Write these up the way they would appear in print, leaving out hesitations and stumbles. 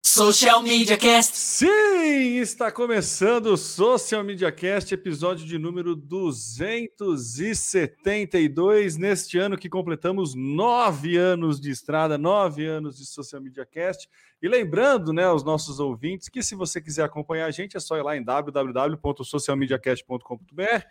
Social Media Cast. Sim, está começando o Social Media Cast, episódio de número 272, neste ano que completamos 9 anos de estrada, 9 anos de Social Media Cast. E lembrando, né, aos nossos ouvintes, que se você quiser acompanhar a gente, é só ir lá em www.socialmediacast.com.br,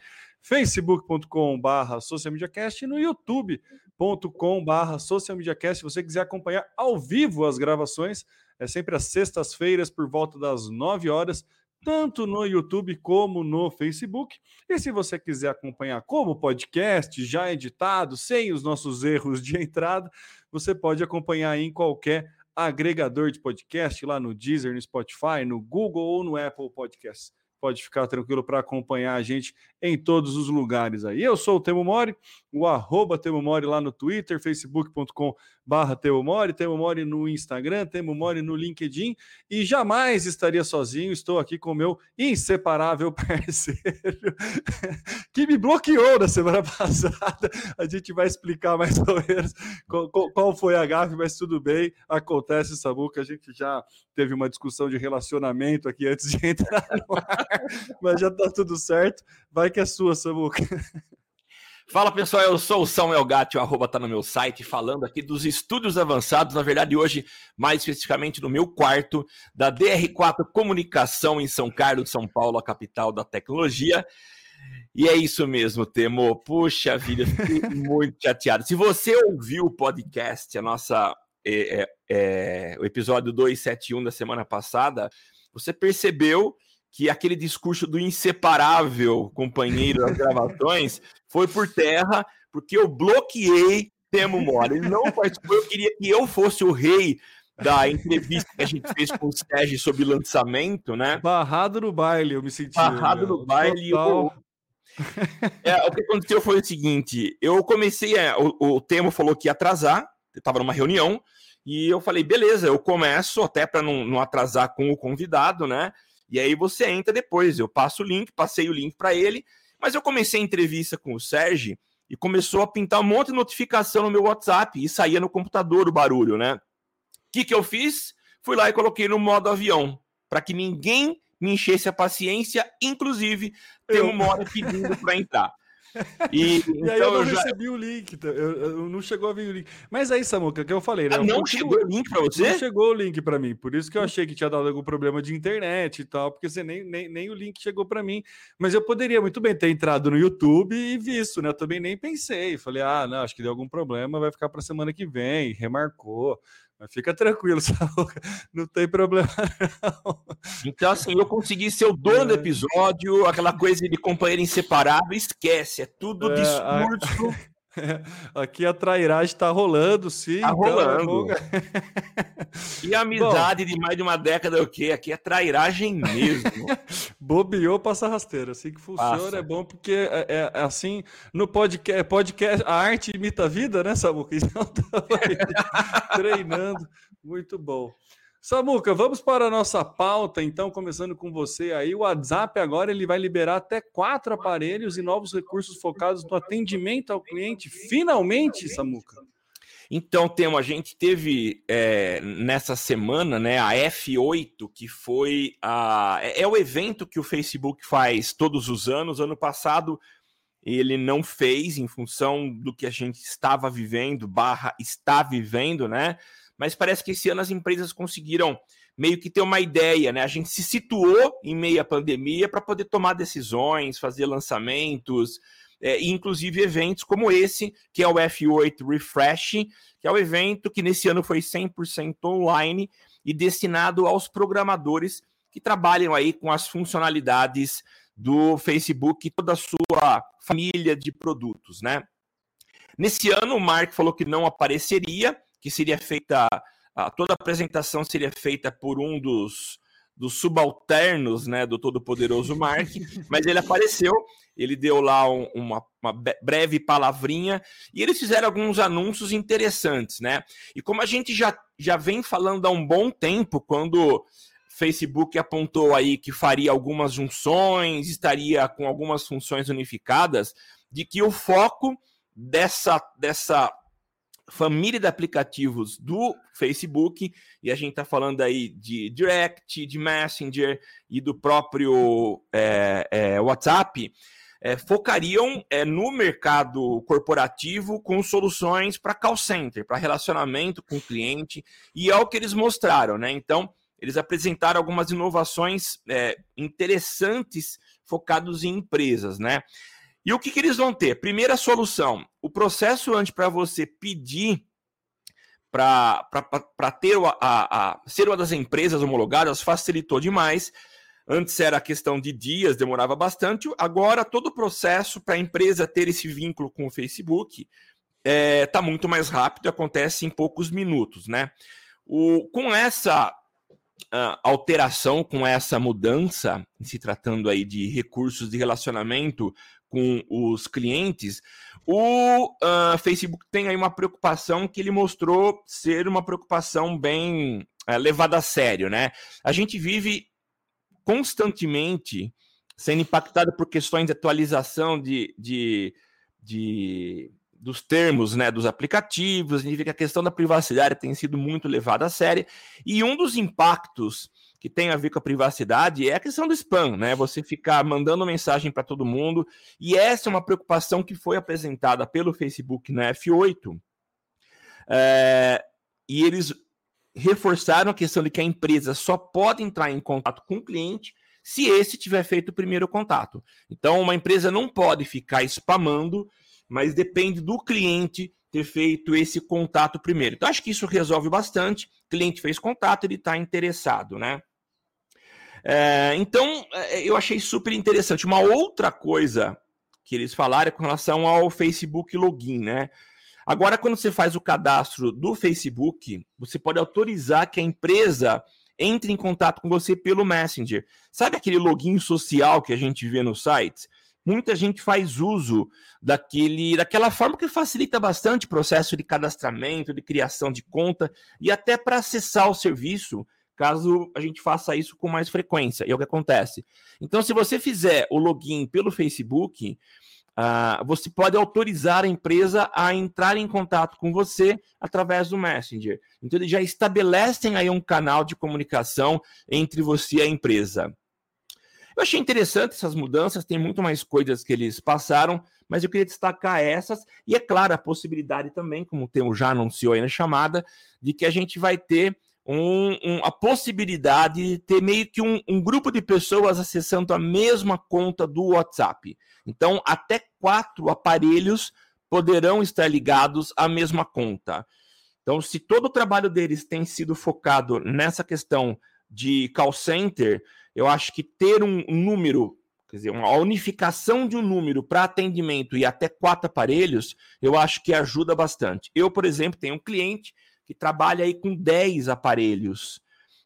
facebook.com/socialmediacast e no youtube.com/socialmediacast. Se você quiser acompanhar ao vivo as gravações, é sempre às sextas-feiras, por volta das 9 horas, tanto no YouTube como no Facebook. E se você quiser acompanhar como podcast, já editado, sem os nossos erros de entrada, você pode acompanhar em qualquer agregador de podcast, lá no Deezer, no Spotify, no Google ou no Apple Podcasts. Pode ficar tranquilo para acompanhar a gente em todos os lugares aí. Eu sou o Temo Mori, o @Temo Mori lá no Twitter, facebook.com/Temo Mori, Temo Mori no Instagram, Temo Mori no LinkedIn, e jamais estaria sozinho, estou aqui com o meu inseparável parceiro, que me bloqueou na semana passada. A gente vai explicar mais ou menos qual foi a gafe, mas tudo bem, acontece, Samuca, a gente já teve uma discussão de relacionamento aqui antes de entrar no ar, mas já tá tudo certo. Vai que é sua, Samuca. Fala pessoal, eu sou o Samuel Gatti, o @ tá no meu site, falando aqui dos estúdios avançados, na verdade hoje, mais especificamente no meu quarto, da DR4 Comunicação em São Carlos, São Paulo, a capital da tecnologia. E é isso mesmo, Temo. Puxa vida, fiquei muito chateado. Se você ouviu o podcast, a nossa, o episódio 271 da semana passada, você percebeu que aquele discurso do inseparável companheiro das gravações foi por terra, porque eu bloqueei Temo Mori. Ele não participou, eu queria que eu fosse o rei da entrevista que a gente fez com o Sérgio sobre lançamento, né? Barrado no baile, eu me senti. Barrado no baile. O que aconteceu foi o seguinte, eu comecei, o Temo falou que ia atrasar, eu estava numa reunião, e eu falei, beleza, eu começo, até para não atrasar com o convidado, né? E aí você entra depois, eu passo o link, passei o link para ele, mas eu comecei a entrevista com o Sérgio e começou a pintar um monte de notificação no meu WhatsApp e saía no computador o barulho, né? O que eu fiz? Fui lá e coloquei no modo avião, para que ninguém me enchesse a paciência, inclusive tem uma hora pedindo para entrar. E aí então eu não recebi o link, eu não chegou a vir o link. Mas aí, Samuca, que eu falei, né? Não chegou o link para você? Não chegou o link para mim, por isso que eu achei que tinha dado algum problema de internet e tal, porque você nem o link chegou para mim. Mas eu poderia muito bem ter entrado no YouTube e visto, né? Eu também nem pensei. Falei, não, acho que deu algum problema, vai ficar para semana que vem, remarcou. Mas fica tranquilo, Samuca, não tem problema não. Então, assim, eu consegui ser o dono do episódio, aquela coisa de companheiro inseparável, esquece, é tudo discurso. Aqui a trairagem tá rolando, sim. Tá rolando. Então E a amizade de mais de uma década é o quê? Aqui é trairagem mesmo. Bobeou, passa rasteira. Assim que funciona, passa. É bom porque é assim, no podcast, a arte imita a vida, né, Samuca? Então, treinando, muito bom. Samuca, vamos para a nossa pauta, então, começando com você aí. O WhatsApp agora ele vai liberar até 4 aparelhos e novos recursos focados no atendimento ao cliente. Finalmente, Samuca. Então, Temo, a gente teve nessa semana, né, a F8, que foi o evento que o Facebook faz todos os anos. Ano passado ele não fez em função do que a gente estava vivendo, está vivendo, né? Mas parece que esse ano as empresas conseguiram meio que ter uma ideia, né? A gente se situou em meio à pandemia para poder tomar decisões, fazer lançamentos, e inclusive eventos como esse, que é o F8 Refresh, que é o evento que nesse ano foi 100% online e destinado aos programadores que trabalham aí com as funcionalidades do Facebook e toda a sua família de produtos, né? Nesse ano o Mark falou que não apareceria, que seria feita, toda a apresentação seria feita por um dos subalternos, né, do todo-poderoso Mark, mas ele apareceu, ele deu lá uma breve palavrinha, e eles fizeram alguns anúncios interessantes, né? E como a gente já vem falando há um bom tempo, quando Facebook apontou aí que faria algumas junções, estaria com algumas funções unificadas, de que o foco dessa família de aplicativos do Facebook, e a gente está falando aí de Direct, de Messenger e do próprio WhatsApp, focariam no mercado corporativo com soluções para call center, para relacionamento com o cliente, e é o que eles mostraram, né? Então, eles apresentaram algumas inovações interessantes focados em empresas, né? E o que eles vão ter? Primeira solução, o processo antes para você pedir para ter ser uma das empresas homologadas facilitou demais. Antes era a questão de dias, demorava bastante. Agora, todo o processo para a empresa ter esse vínculo com o Facebook está muito mais rápido, acontece em poucos minutos, né? Com essa alteração, com essa mudança, se tratando aí de recursos de relacionamento com os clientes, o Facebook tem aí uma preocupação que ele mostrou ser uma preocupação bem levada a sério, né? A gente vive constantemente sendo impactado por questões de atualização dos termos, né, dos aplicativos, significa que a questão da privacidade tem sido muito levada a sério, e um dos impactos que tem a ver com a privacidade é a questão do spam, né, você ficar mandando mensagem para todo mundo, e essa é uma preocupação que foi apresentada pelo Facebook na F8, e eles reforçaram a questão de que a empresa só pode entrar em contato com o cliente se esse tiver feito o primeiro contato. Então, uma empresa não pode ficar spamando, mas depende do cliente ter feito esse contato primeiro. Então, acho que isso resolve bastante. O cliente fez contato, ele está interessado, né? Então, eu achei super interessante. Uma outra coisa que eles falaram é com relação ao Facebook Login, né? Agora, quando você faz o cadastro do Facebook, você pode autorizar que a empresa entre em contato com você pelo Messenger. Sabe aquele login social que a gente vê nos sites? Muita gente faz uso daquela forma que facilita bastante o processo de cadastramento, de criação de conta e até para acessar o serviço, caso a gente faça isso com mais frequência. E é o que acontece. Então, se você fizer o login pelo Facebook, você pode autorizar a empresa a entrar em contato com você através do Messenger. Então, eles já estabelecem aí um canal de comunicação entre você e a empresa. Eu achei interessante essas mudanças, tem muito mais coisas que eles passaram, mas eu queria destacar essas, e é claro, a possibilidade também, como o Temo já anunciou aí na chamada, de que a gente vai ter a possibilidade de ter meio que um grupo de pessoas acessando a mesma conta do WhatsApp. Então, até 4 aparelhos poderão estar ligados à mesma conta. Então, se todo o trabalho deles tem sido focado nessa questão de call center, eu acho que ter um número, quer dizer, uma unificação de um número para atendimento e até 4 aparelhos, eu acho que ajuda bastante. Eu, por exemplo, tenho um cliente que trabalha aí com 10 aparelhos.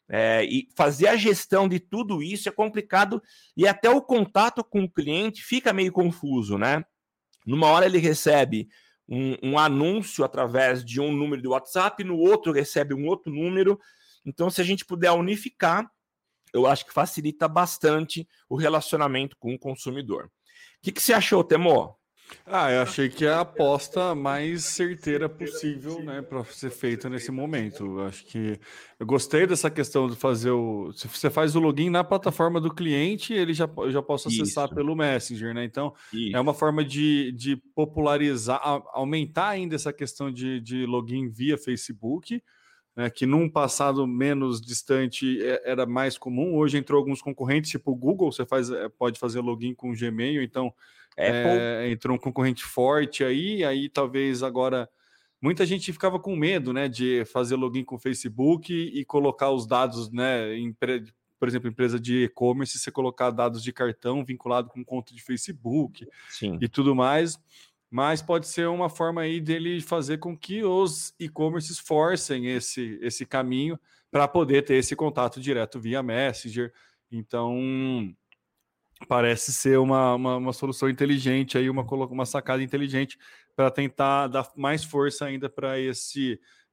E fazer a gestão de tudo isso é complicado e até o contato com o cliente fica meio confuso, né? Numa hora ele recebe um anúncio através de um número do WhatsApp, no outro recebe um outro número. Então, se a gente puder unificar, eu acho que facilita bastante o relacionamento com o consumidor. O que você achou, Temor? Eu achei que é a aposta mais certeira possível, né, para ser feita nesse momento. Eu acho que eu gostei dessa questão de fazer se você faz o login na plataforma do cliente, eu já posso acessar pelo Messenger, né? Então, é uma forma de popularizar, aumentar ainda essa questão de login via Facebook, né, que num passado menos distante era mais comum. Hoje entrou alguns concorrentes, tipo o Google, você pode fazer login com o Gmail, então entrou um concorrente forte aí talvez agora muita gente ficava com medo, né, de fazer login com o Facebook e colocar os dados, né, por exemplo, empresa de e-commerce, você colocar dados de cartão vinculado com conta de Facebook. Sim. E tudo mais, mas pode ser uma forma aí dele fazer com que os e-commerces forcem esse caminho para poder ter esse contato direto via Messenger. Então, parece ser uma solução inteligente, aí uma sacada inteligente para tentar dar mais força ainda para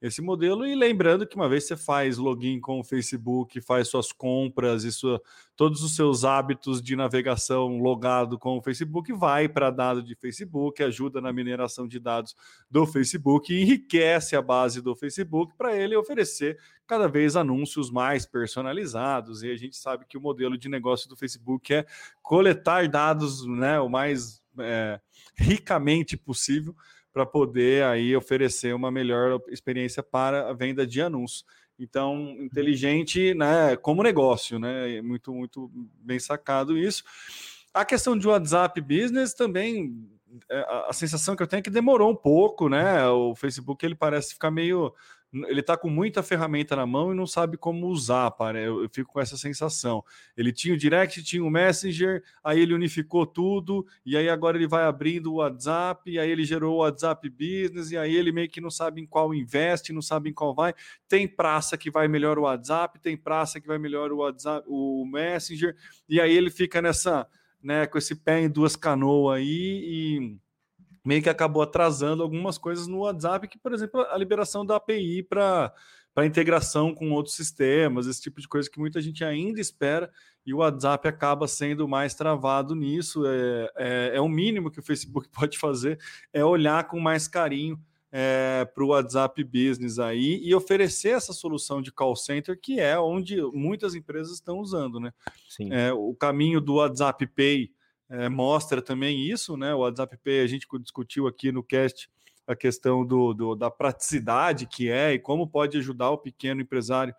esse modelo. E lembrando que uma vez você faz login com o Facebook, faz suas compras e todos os seus hábitos de navegação logado com o Facebook, vai para dado de Facebook, ajuda na mineração de dados do Facebook e enriquece a base do Facebook para ele oferecer cada vez anúncios mais personalizados. E a gente sabe que o modelo de negócio do Facebook é coletar dados, né, o mais ricamente possível, para poder aí oferecer uma melhor experiência para a venda de anúncios. Então, inteligente, né, como negócio, né? Muito, muito bem sacado isso. A questão de WhatsApp Business também, a sensação que eu tenho é que demorou um pouco, né? O Facebook, ele parece ficar meio... Ele está com muita ferramenta na mão e não sabe como usar, eu fico com essa sensação. Ele tinha o Direct, tinha o Messenger, aí ele unificou tudo, e aí agora ele vai abrindo o WhatsApp, e aí ele gerou o WhatsApp Business, e aí ele meio que não sabe em qual investe, não sabe em qual vai. Tem praça que vai melhor o WhatsApp, tem praça que vai melhor o WhatsApp, o Messenger, e aí ele fica nessa, né, com esse pé em duas canoas aí, e meio que acabou atrasando algumas coisas no WhatsApp, que, por exemplo, a liberação da API para integração com outros sistemas, esse tipo de coisa que muita gente ainda espera, e o WhatsApp acaba sendo mais travado nisso. É o mínimo que o Facebook pode fazer, é olhar com mais carinho para o WhatsApp Business aí e oferecer essa solução de call center, que é onde muitas empresas estão usando, né? Sim. O caminho do WhatsApp Pay mostra também isso, né? O WhatsApp Pay, a gente discutiu aqui no cast a questão da praticidade que é e como pode ajudar o pequeno empresário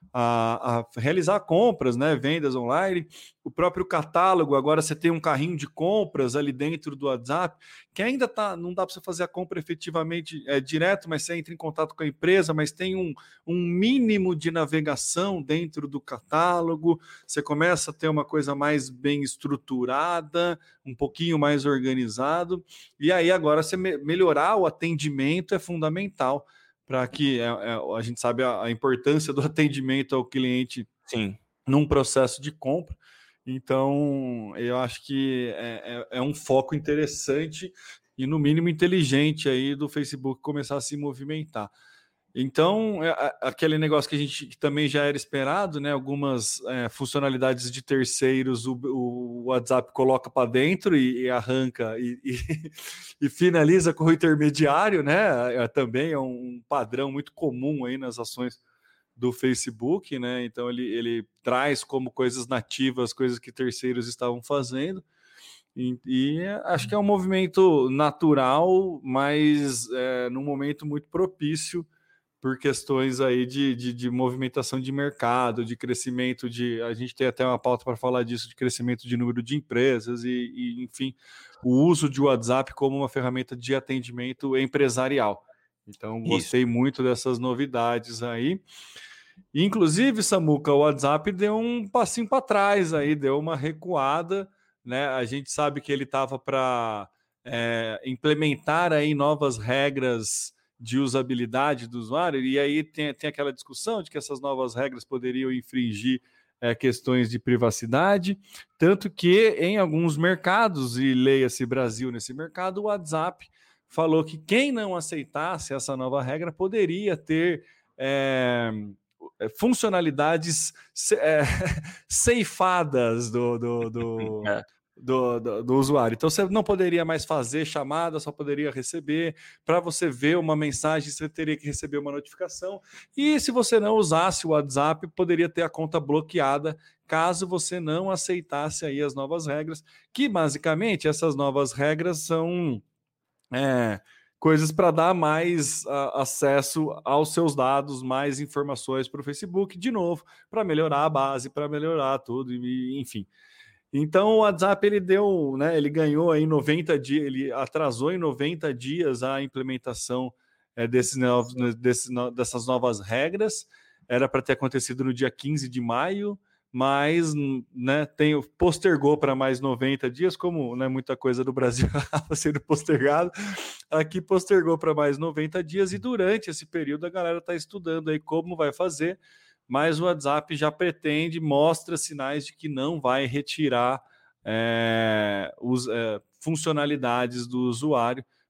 a realizar compras, né? Vendas online. O próprio catálogo, agora você tem um carrinho de compras ali dentro do WhatsApp, que ainda não dá para você fazer a compra efetivamente direto, mas você entra em contato com a empresa, mas tem um mínimo de navegação dentro do catálogo, você começa a ter uma coisa mais bem estruturada, um pouquinho mais organizado, e aí agora você melhorar o atendimento é fundamental, para que a gente sabe a importância do atendimento ao cliente. Sim. Num processo de compra. Então, eu acho que é um foco interessante e, no mínimo, inteligente aí do Facebook começar a se movimentar. Então, aquele negócio que também já era esperado, né? Algumas funcionalidades de terceiros, o WhatsApp coloca para dentro e arranca e finaliza com o intermediário, né? Também é um padrão muito comum aí nas ações do Facebook, né? Então ele traz como coisas nativas, coisas que terceiros estavam fazendo. E acho que é um movimento natural, mas num momento muito propício por questões aí de movimentação de mercado, de crescimento a gente tem até uma pauta para falar disso, de crescimento de número de empresas e enfim, o uso de WhatsApp como uma ferramenta de atendimento empresarial. Então, gostei muito dessas novidades aí. Inclusive, Samuca, o WhatsApp deu um passinho para trás aí, deu uma recuada, né? A gente sabe que ele estava para implementar aí novas regras de usabilidade do usuário, e aí tem aquela discussão de que essas novas regras poderiam infringir questões de privacidade, tanto que em alguns mercados, e leia-se Brasil nesse mercado, o WhatsApp falou que quem não aceitasse essa nova regra poderia ter funcionalidades ceifadas do usuário. Então você não poderia mais fazer chamada, só poderia receber. Para você ver uma mensagem, você teria que receber uma notificação. E se você não usasse o WhatsApp, poderia ter a conta bloqueada caso você não aceitasse aí as novas regras, que basicamente essas novas regras são coisas para dar mais acesso aos seus dados, mais informações para o Facebook, de novo, para melhorar a base, para melhorar tudo, enfim. Então o WhatsApp ele deu, né, ele ganhou aí 90 dias, ele atrasou em 90 dias a implementação dessas novas regras. Era para ter acontecido no dia 15 de maio, mas né, postergou para mais 90 dias, como né, muita coisa do Brasil estava sendo postergado, aqui postergou para mais 90 dias, e durante esse período a galera está estudando aí como vai fazer, mas o WhatsApp já mostra sinais de que não vai retirar funcionalidades do usuário,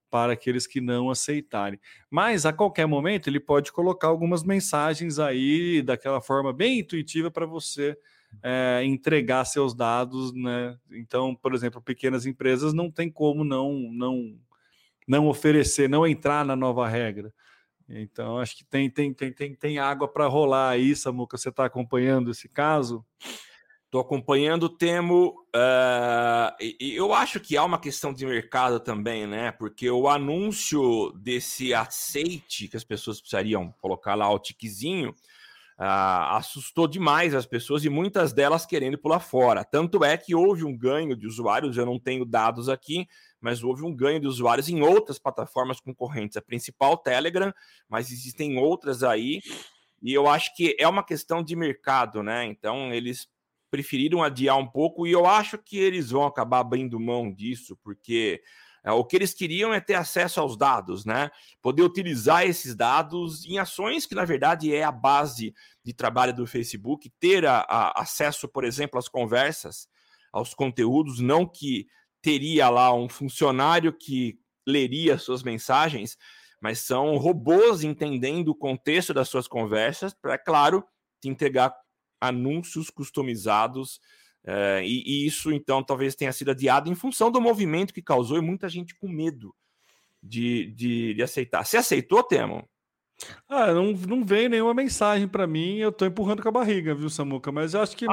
para aqueles que não aceitarem. Mas a qualquer momento ele pode colocar algumas mensagens aí daquela forma bem intuitiva para você entregar seus dados, né? Então, por exemplo, pequenas empresas não tem como não oferecer, não entrar na nova regra. Então, acho que tem água para rolar aí, Samuca. Você está acompanhando esse caso? Estou acompanhando, Temo, e eu acho que há uma questão de mercado também, né? Porque o anúncio desse aceite que as pessoas precisariam colocar lá o tiquezinho assustou demais as pessoas e muitas delas querendo pular fora. Tanto é que houve um ganho de usuários, eu não tenho dados aqui, mas houve um ganho de usuários em outras plataformas concorrentes. A principal, Telegram, mas existem outras aí, e eu acho que é uma questão de mercado, né? Então, eles preferiram adiar um pouco, e eu acho que eles vão acabar abrindo mão disso, porque o que eles queriam é ter acesso aos dados, né? Poder utilizar esses dados em ações que, na verdade, é a base de trabalho do Facebook, ter acesso, por exemplo, às conversas, aos conteúdos, não que teria lá um funcionário que leria suas mensagens, mas são robôs entendendo o contexto das suas conversas para, claro, te entregar anúncios customizados, e isso, então, talvez tenha sido adiado em função do movimento que causou e muita gente com medo de aceitar. Você aceitou, Temo? Não veio nenhuma mensagem para mim, eu tô empurrando com a barriga, viu, Samuca? Mas eu acho que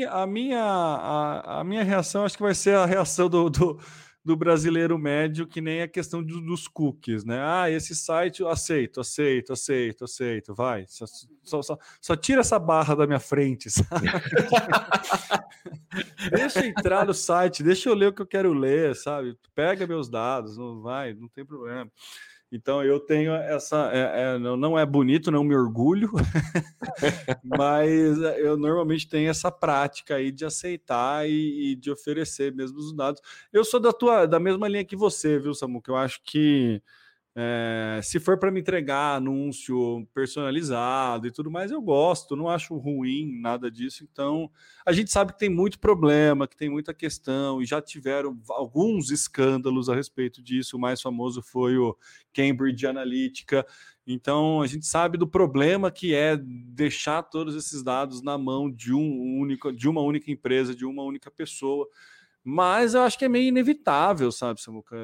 a minha reação, acho que vai ser a reação do brasileiro médio, que nem a questão dos cookies, né? Esse site eu aceito, vai. Só tira essa barra da minha frente, sabe? Deixa eu entrar no site, deixa eu ler o que eu quero ler, sabe? Pega meus dados, não tem problema. Então eu tenho essa, não é bonito, não me orgulho, mas eu normalmente tenho essa prática aí de aceitar e de oferecer mesmo os dados. Eu sou da mesma linha que você, viu, Samuca? Eu acho que se for para me entregar anúncio personalizado e tudo mais, eu gosto, não acho ruim nada disso. Então, a gente sabe que tem muito problema, que tem muita questão, e já tiveram alguns escândalos a respeito disso. O mais famoso foi o Cambridge Analytica. Então, a gente sabe do problema que é deixar todos esses dados na mão de uma única empresa, de uma única pessoa. Mas eu acho que é meio inevitável, sabe, Samuca?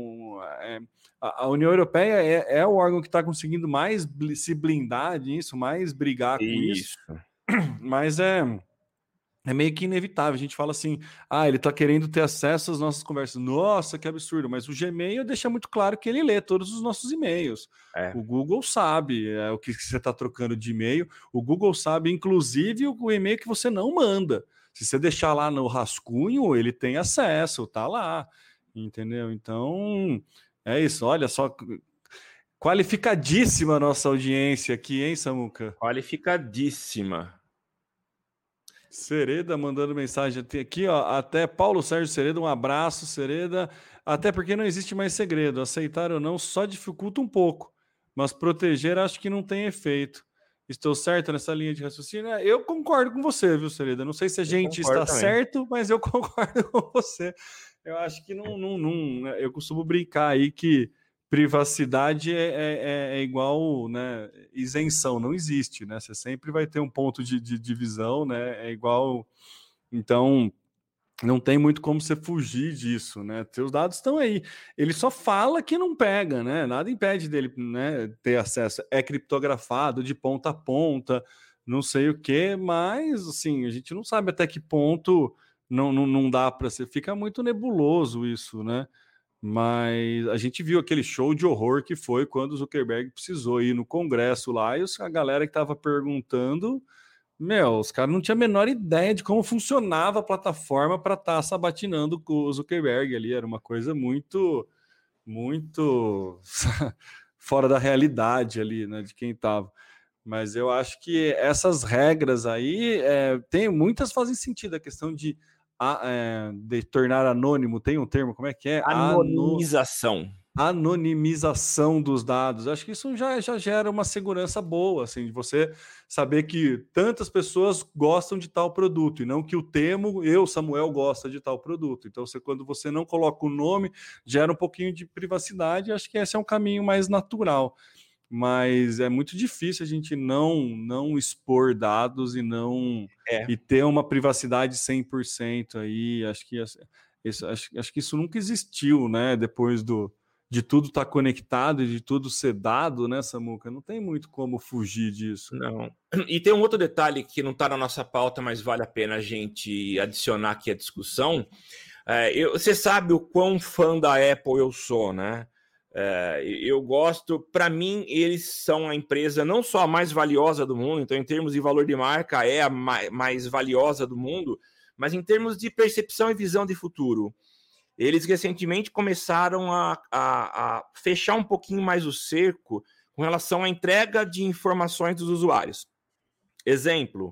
A União Europeia é o órgão que está conseguindo mais se blindar disso, mais brigar com isso. Mas é meio que inevitável. A gente fala assim, ele está querendo ter acesso às nossas conversas. Nossa, que absurdo. Mas o Gmail deixa muito claro que ele lê todos os nossos e-mails. O Google sabe o que você está trocando de e-mail. O Google sabe, inclusive, o e-mail que você não manda. Se você deixar lá no rascunho, ele tem acesso, tá lá, entendeu? Então, é isso. Olha só, qualificadíssima a nossa audiência aqui, hein, Samuca? Qualificadíssima. Sereda mandando mensagem aqui, ó, até Paulo Sérgio Sereda, um abraço, Sereda. Até porque não existe mais segredo, aceitar ou não só dificulta um pouco, mas proteger acho que não tem efeito. Estou certo nessa linha de raciocínio? Eu concordo com você, viu, Sereda? Não sei se a gente está certo, mas eu concordo com você. Eu acho que não. Eu costumo brincar aí que privacidade é igual, né? Isenção, não existe, né? Você sempre vai ter um ponto de divisão, né? É igual. Então, não tem muito como você fugir disso, né? Seus dados estão aí. Ele só fala que não pega, né? Nada impede dele, né, ter acesso. É criptografado de ponta a ponta, não sei o que, mas assim, a gente não sabe até que ponto não dá para ser. Fica muito nebuloso isso, né? Mas a gente viu aquele show de horror que foi quando o Zuckerberg precisou ir no Congresso lá, e a galera que estava perguntando. Os caras não tinham a menor ideia de como funcionava a plataforma para estar sabatinando com o Zuckerberg ali. Era uma coisa muito, muito fora da realidade ali, né, de quem estava. Mas eu acho que essas regras aí, muitas fazem sentido. A questão de tornar anônimo, tem um termo, como é que é? Anonimização. anonimização dos dados. Acho que isso já gera uma segurança boa, assim, de você saber que tantas pessoas gostam de tal produto, e não que o Temo, Samuel, gosta de tal produto. Então, quando você não coloca o nome, gera um pouquinho de privacidade, e acho que esse é um caminho mais natural. Mas é muito difícil a gente não expor dados e ter uma privacidade 100% aí. Acho que isso nunca existiu, né? Depois de tudo estar conectado e de tudo ser dado, né, Samuca? Não tem muito como fugir disso. Não. E tem um outro detalhe que não está na nossa pauta, mas vale a pena a gente adicionar aqui à discussão. Você sabe o quão fã da Apple eu sou, né? Eu gosto, para mim, eles são a empresa não só a mais valiosa do mundo, então, em termos de valor de marca, é a mais valiosa do mundo, mas em termos de percepção e visão de futuro. Eles recentemente começaram a fechar um pouquinho mais o cerco com relação à entrega de informações dos usuários. Exemplo,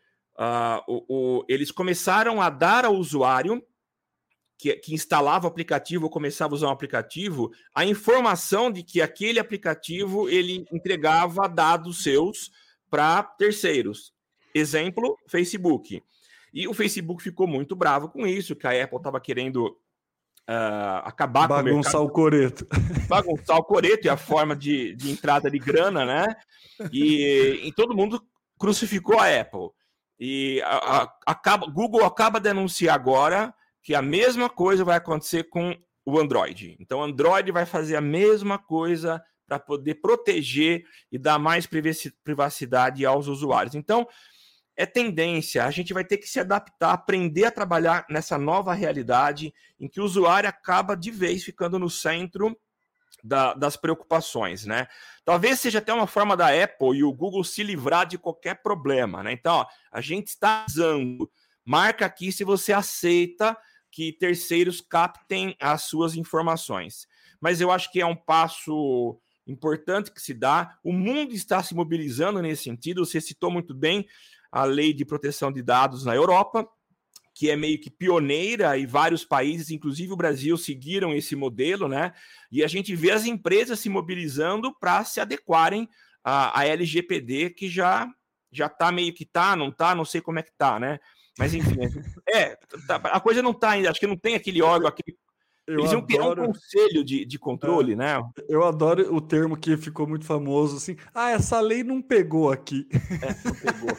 eles começaram a dar ao usuário que instalava o aplicativo ou começava a usar um aplicativo, a informação de que aquele aplicativo ele entregava dados seus para terceiros. Exemplo, Facebook. E o Facebook ficou muito bravo com isso, que a Apple estava querendo acabar com o mercado. Bagunçar o coreto. Bagunçar o coreto e a forma de entrada de grana, né? E todo mundo crucificou a Apple. E Google acaba de anunciar agora que a mesma coisa vai acontecer com o Android. Então, o Android vai fazer a mesma coisa para poder proteger e dar mais privacidade aos usuários. Então, é tendência, a gente vai ter que se adaptar, aprender a trabalhar nessa nova realidade em que o usuário acaba de vez ficando no centro das preocupações, né? Talvez seja até uma forma da Apple e o Google se livrar de qualquer problema, né? Então, a gente está usando, marca aqui se você aceita que terceiros captem as suas informações. Mas eu acho que é um passo importante que se dá. O mundo está se mobilizando nesse sentido. Você citou muito bem a lei de proteção de dados na Europa, que é meio que pioneira, e vários países, inclusive o Brasil, seguiram esse modelo, né? E a gente vê as empresas se mobilizando para se adequarem à LGPD, que já está meio que não sei como é que está, né? Mas enfim, a coisa não está ainda, acho que não tem aquele órgão, eles iam criar um conselho de controle, né? Eu adoro o termo que ficou muito famoso, assim, essa lei não pegou aqui. Não pegou.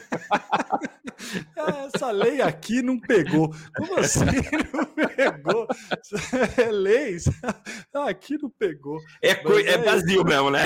Essa lei aqui não pegou. Como assim não pegou? Leis? Aqui não pegou. É Brasil mesmo, né?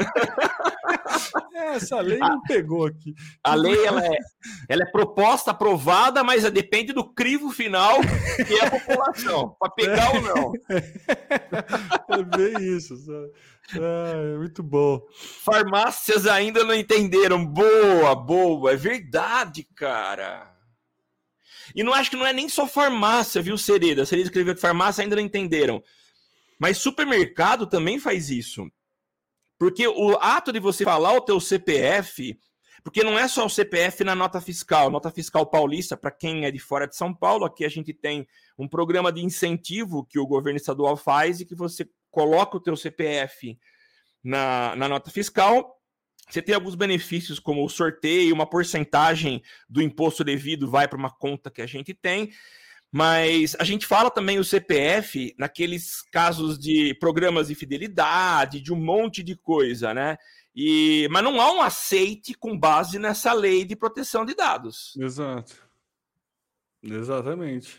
Essa lei não pegou aqui. A lei ela é proposta, aprovada, mas depende do crivo final, que é a população, para pegar ou não. É bem isso, sabe? É muito bom. Farmácias ainda não entenderam. Boa. É verdade, cara. E não acho que não é nem só farmácia, viu, Sereda? Sereda escreveu que farmácia ainda não entenderam. Mas supermercado também faz isso. Porque o ato de você falar o teu CPF, porque não é só o CPF na nota fiscal paulista, para quem é de fora de São Paulo, aqui a gente tem um programa de incentivo que o governo estadual faz e que você coloca o teu CPF na nota fiscal, você tem alguns benefícios como o sorteio, uma porcentagem do imposto devido vai para uma conta que a gente tem, mas a gente fala também o CPF naqueles casos de programas de fidelidade, de um monte de coisa, né? Mas não há um aceite com base nessa lei de proteção de dados. Exato. Exatamente.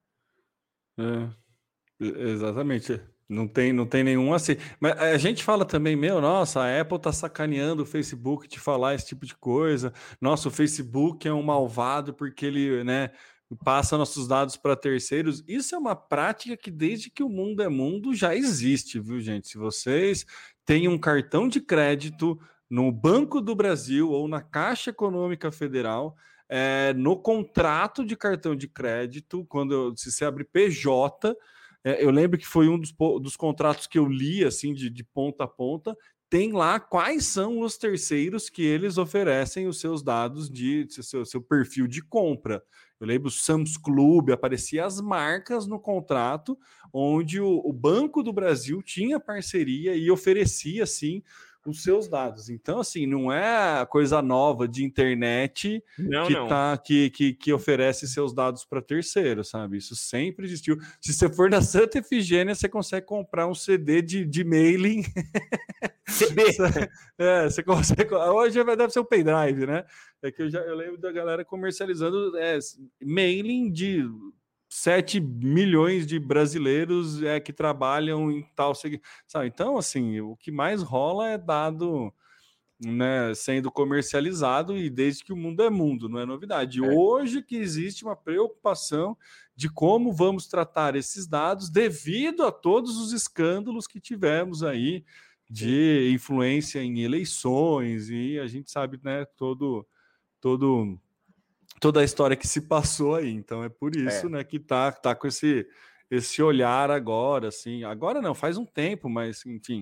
Exatamente. Não tem nenhum aceite. Mas a gente fala também, nossa, a Apple tá sacaneando o Facebook de falar esse tipo de coisa. Nossa, o Facebook é um malvado porque ele, né, passa nossos dados para terceiros. Isso é uma prática que desde que o mundo é mundo já existe, viu, gente? Se vocês têm um cartão de crédito no Banco do Brasil ou na Caixa Econômica Federal, no contrato de cartão de crédito, se você abre PJ, eu lembro que foi um dos contratos que eu li assim de ponta a ponta, tem lá quais são os terceiros que eles oferecem os seus dados de seu perfil de compra. Eu lembro o Sam's Club, aparecia as marcas no contrato, onde o Banco do Brasil tinha parceria e oferecia, assim, os seus dados. Então, assim, não é coisa nova de internet que oferece seus dados para terceiros, sabe? Isso sempre existiu. Se você for na Santa Efigênia, você consegue comprar um CD de mailing. CD? Você consegue. Hoje deve ser o pendrive, né? É que eu lembro da galera comercializando mailing de 7 milhões de brasileiros que trabalham em tal, sabe? Então, assim, o que mais rola é dado, né, sendo comercializado, e desde que o mundo é mundo, não é novidade. Hoje que existe uma preocupação de como vamos tratar esses dados devido a todos os escândalos que tivemos aí de influência em eleições, e a gente sabe, né, toda a história que se passou aí. Então é por isso, né, que tá com esse olhar agora, assim. Agora não, faz um tempo, mas enfim,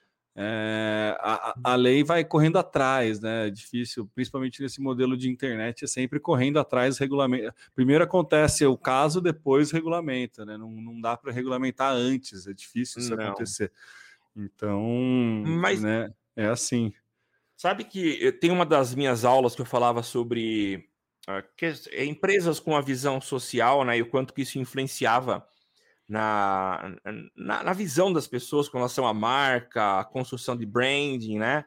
a lei vai correndo atrás, né? É difícil, principalmente nesse modelo de internet, é sempre correndo atrás, regulamento. Primeiro acontece o caso, depois regulamenta, né? Não dá para regulamentar antes, é difícil isso acontecer. Então, mas, né, é assim. Sabe que tem uma das minhas aulas que eu falava sobre empresas com a visão social, né, e o quanto que isso influenciava na visão das pessoas com relação à marca, a construção de branding, né?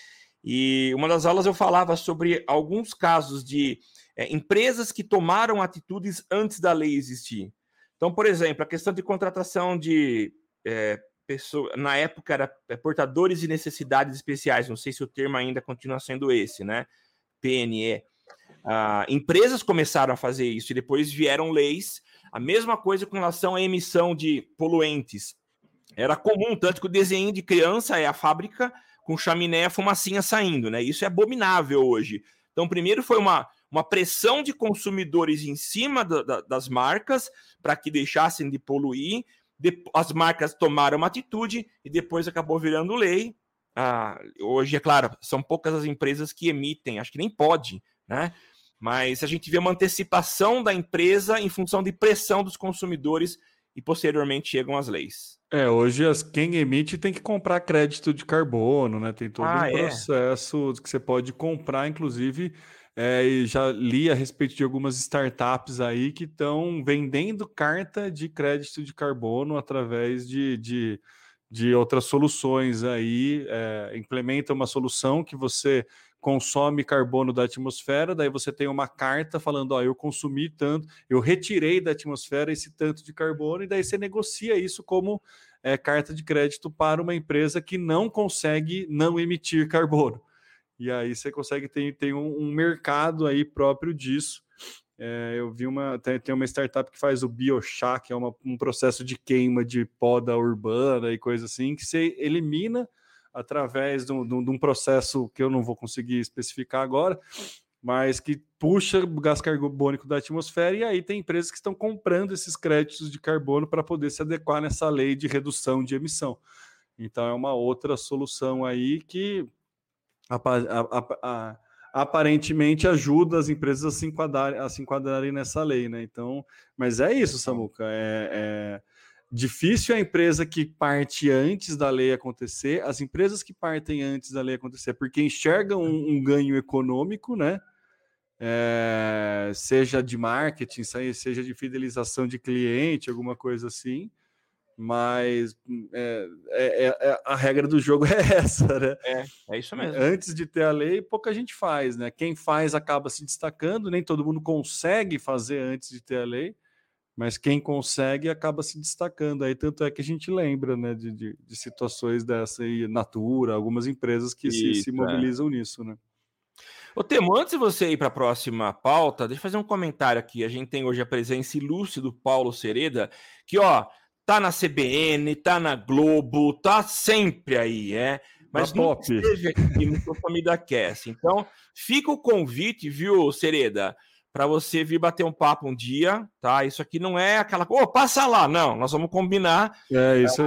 E uma das aulas eu falava sobre alguns casos de empresas que tomaram atitudes antes da lei existir. Então, por exemplo, a questão de contratação de pessoas, na época era portadores de necessidades especiais, não sei se o termo ainda continua sendo esse, né? PNE. Empresas começaram a fazer isso e depois vieram leis. A mesma coisa com relação à emissão de poluentes. Era comum, tanto que o desenho de criança é a fábrica com chaminé, fumacinha saindo, né? Isso é abominável hoje. Então, primeiro foi uma pressão de consumidores em cima das marcas para que deixassem de poluir. As marcas tomaram uma atitude e depois acabou virando lei. Hoje, é claro, são poucas as empresas que emitem, acho que nem pode, né? Mas a gente vê uma antecipação da empresa em função de pressão dos consumidores e posteriormente chegam as leis. Hoje quem emite tem que comprar crédito de carbono, né? Tem todo um processo que você pode comprar, inclusive, e já li a respeito de algumas startups aí que estão vendendo carta de crédito de carbono através de outras soluções aí, implementa uma solução que você consome carbono da atmosfera, daí você tem uma carta falando, eu consumi tanto, eu retirei da atmosfera esse tanto de carbono, e daí você negocia isso como carta de crédito para uma empresa que não consegue não emitir carbono. E aí você consegue ter um mercado aí próprio disso. Eu vi tem uma startup que faz o biochar, que é um processo de queima de poda urbana e coisa assim, que você elimina através de um processo que eu não vou conseguir especificar agora, mas que puxa o gás carbônico da atmosfera, e aí tem empresas que estão comprando esses créditos de carbono para poder se adequar nessa lei de redução de emissão. Então é uma outra solução aí que aparentemente ajuda as empresas a se enquadrarem nessa lei, né? Então, mas é isso, Samuca. Difícil a empresa que parte antes da lei acontecer, as empresas que partem antes da lei acontecer, porque enxergam um ganho econômico, né? Seja de marketing, seja de fidelização de cliente, alguma coisa assim. Mas a regra do jogo é essa, né? É isso mesmo. Antes de ter a lei, pouca gente faz, né? Quem faz acaba se destacando, nem todo mundo consegue fazer antes de ter a lei, mas quem consegue acaba se destacando. Aí tanto é que a gente lembra, né, de situações dessa aí, Natura, algumas empresas que se mobilizam nisso, né? Ô, Temo, antes de você ir para a próxima pauta, deixa eu fazer um comentário aqui. A gente tem hoje a presença ilustre do Paulo Sereda, que, tá na CBN, tá na Globo, tá sempre aí, mas nunca esteve aqui no Família Cast. Então, fica o convite, viu, Sereda, para você vir bater um papo um dia, tá? Isso aqui não é aquela coisa, passa lá, não, nós vamos combinar isso aí.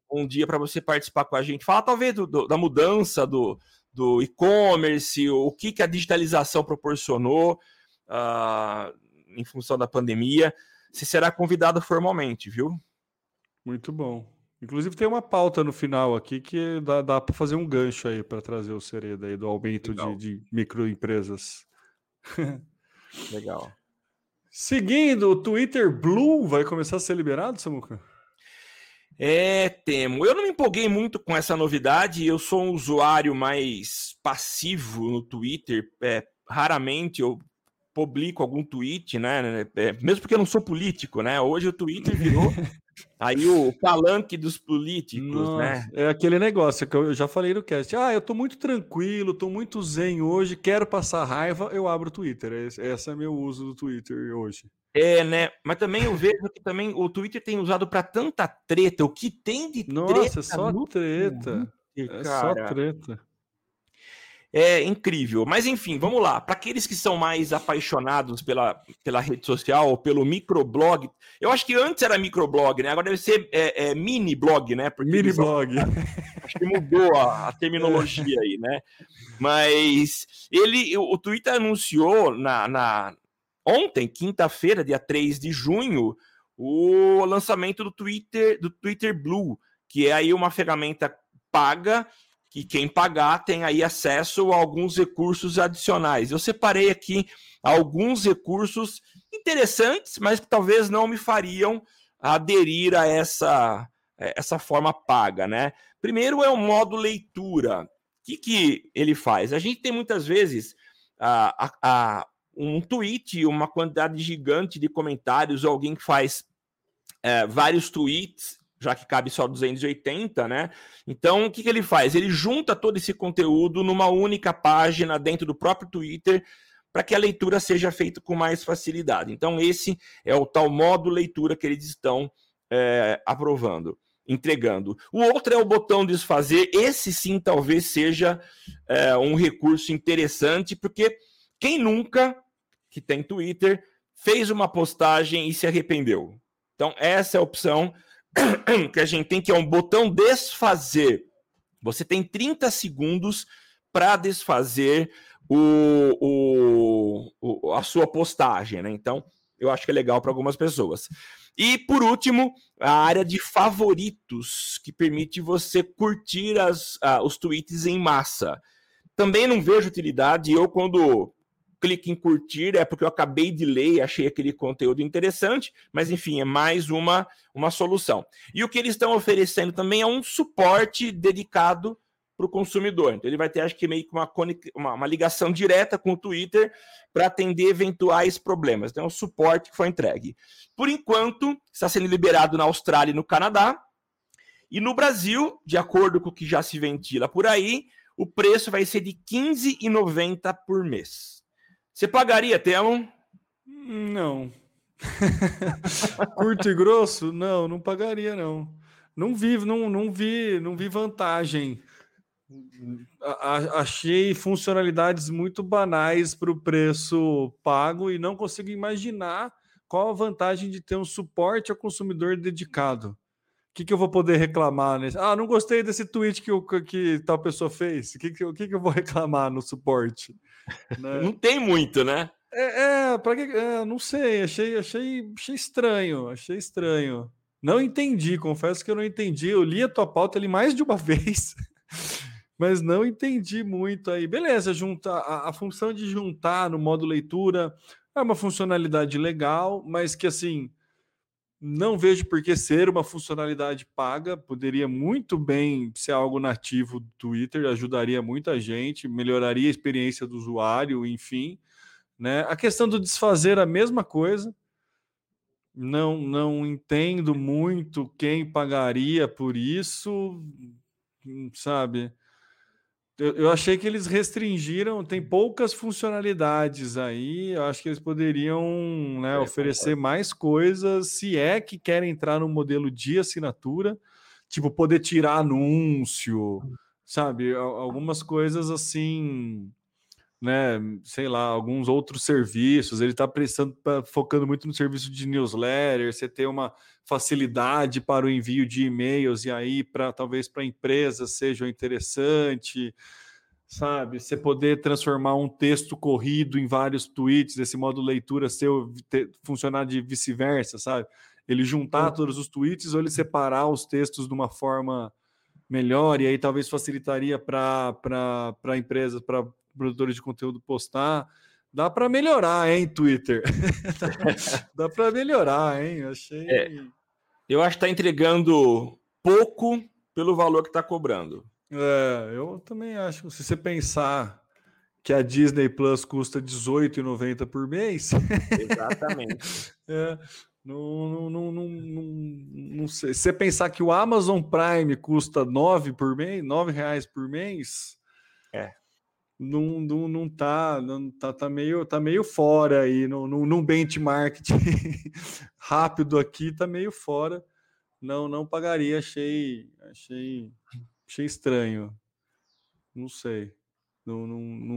um dia para você participar com a gente. Fala talvez da mudança do e-commerce, o que a digitalização proporcionou em função da pandemia. Você será convidado formalmente, viu? Muito bom. Inclusive tem uma pauta no final aqui que dá para fazer um gancho aí para trazer o Sereda aí do aumento de microempresas. Legal. Seguindo, o Twitter Blue vai começar a ser liberado, Samuca? Temo. Eu não me empolguei muito com essa novidade. Eu sou um usuário mais passivo no Twitter. Raramente eu publico algum tweet, né? Mesmo porque eu não sou político, né? Hoje o Twitter virou aí o palanque dos políticos, Nossa, né? é aquele negócio que eu já falei no cast. Eu tô muito tranquilo, tô muito zen hoje, quero passar raiva, eu abro o Twitter. Esse é meu uso do Twitter hoje. Né? Mas também eu vejo que também o Twitter tem usado para tanta treta. O que tem de treta? Nossa, é só treta. Twitter, É cara. só treta. É incrível. Mas enfim, vamos lá. Para aqueles que são mais apaixonados pela rede social ou pelo microblog, eu acho que antes era microblog, né? Agora deve ser mini blog, né? Porque mini blog. Acho que mudou a terminologia aí, né? Mas o Twitter anunciou ontem, quinta-feira, dia 3 de junho, o lançamento do Twitter Blue, que é aí uma ferramenta paga, que quem pagar tem aí acesso a alguns recursos adicionais. Eu separei aqui alguns recursos interessantes, mas que talvez não me fariam aderir a essa forma paga, né? Primeiro é o modo leitura. O que ele faz? A gente tem muitas vezes um tweet, uma quantidade gigante de comentários, ou alguém que faz vários tweets, já que cabe só 280, né? Então, o que ele faz? Ele junta todo esse conteúdo numa única página dentro do próprio Twitter para que a leitura seja feita com mais facilidade. Então, esse é o tal modo leitura que eles estão aprovando, entregando. O outro é o botão desfazer. Esse sim talvez seja um recurso interessante, porque quem nunca, que tem Twitter, fez uma postagem e se arrependeu? Então, essa é a opção que a gente tem, que é um botão desfazer. Você tem 30 segundos para desfazer a sua postagem, né? Então, eu acho que é legal para algumas pessoas. E, por último, a área de favoritos, que permite você curtir os tweets em massa. Também não vejo utilidade. Eu, quando clico em curtir, é porque eu acabei de ler e achei aquele conteúdo interessante, mas, enfim, é mais uma solução. E o que eles estão oferecendo também é um suporte dedicado para o consumidor. Então, ele vai ter, acho que, meio que uma ligação direta com o Twitter para atender eventuais problemas. Então, é um suporte que foi entregue. Por enquanto, está sendo liberado na Austrália e no Canadá. E no Brasil, de acordo com o que já se ventila por aí, o preço vai ser de R$ 15,90 por mês. Você pagaria, Temo? Não. Curto e grosso? Não pagaria, não. Não vi vantagem. Achei funcionalidades muito banais para o preço pago e não consigo imaginar qual a vantagem de ter um suporte ao consumidor dedicado. O que eu vou poder reclamar nesse? Não gostei desse tweet que tal pessoa fez. O que eu vou reclamar no suporte? Né? Não tem muito, né? Para que? Não sei. Achei estranho. Achei estranho. Não entendi. Confesso que eu não entendi. Eu li a tua pauta ali mais de uma vez, mas não entendi muito aí. Beleza, a função de juntar no modo leitura é uma funcionalidade legal, mas que assim não vejo por que ser uma funcionalidade paga. Poderia muito bem ser algo nativo do Twitter, ajudaria muita gente, melhoraria a experiência do usuário, enfim. Né? A questão do desfazer, a mesma coisa. Não entendo muito quem pagaria por isso, sabe? Eu achei que eles restringiram, tem poucas funcionalidades aí. Eu acho que eles poderiam, né, oferecer mais coisas, se é que querem entrar no modelo de assinatura, tipo poder tirar anúncio, sabe? Algumas coisas assim né, sei lá, alguns outros serviços, ele está focando muito no serviço de newsletter, você ter uma facilidade para o envio de e-mails, e aí talvez para empresas seja interessante, sabe? Você poder transformar um texto corrido em vários tweets, esse modo leitura funcionar de vice-versa, sabe? Ele juntar todos os tweets ou ele separar os textos de uma forma melhor, e aí talvez facilitaria para empresas, para produtores de conteúdo postar. Dá para melhorar, hein, Twitter? Dá para melhorar, hein? Eu acho que está entregando pouco pelo valor que está cobrando. Eu também acho. Se você pensar que a Disney Plus custa R$18,90 por mês... Exatamente. Não sei. Se você pensar que o Amazon Prime custa R$9 por mês, R$9 por mês, tá meio fora aí, num benchmark rápido aqui, tá meio fora. Não pagaria, achei estranho. Não sei. Não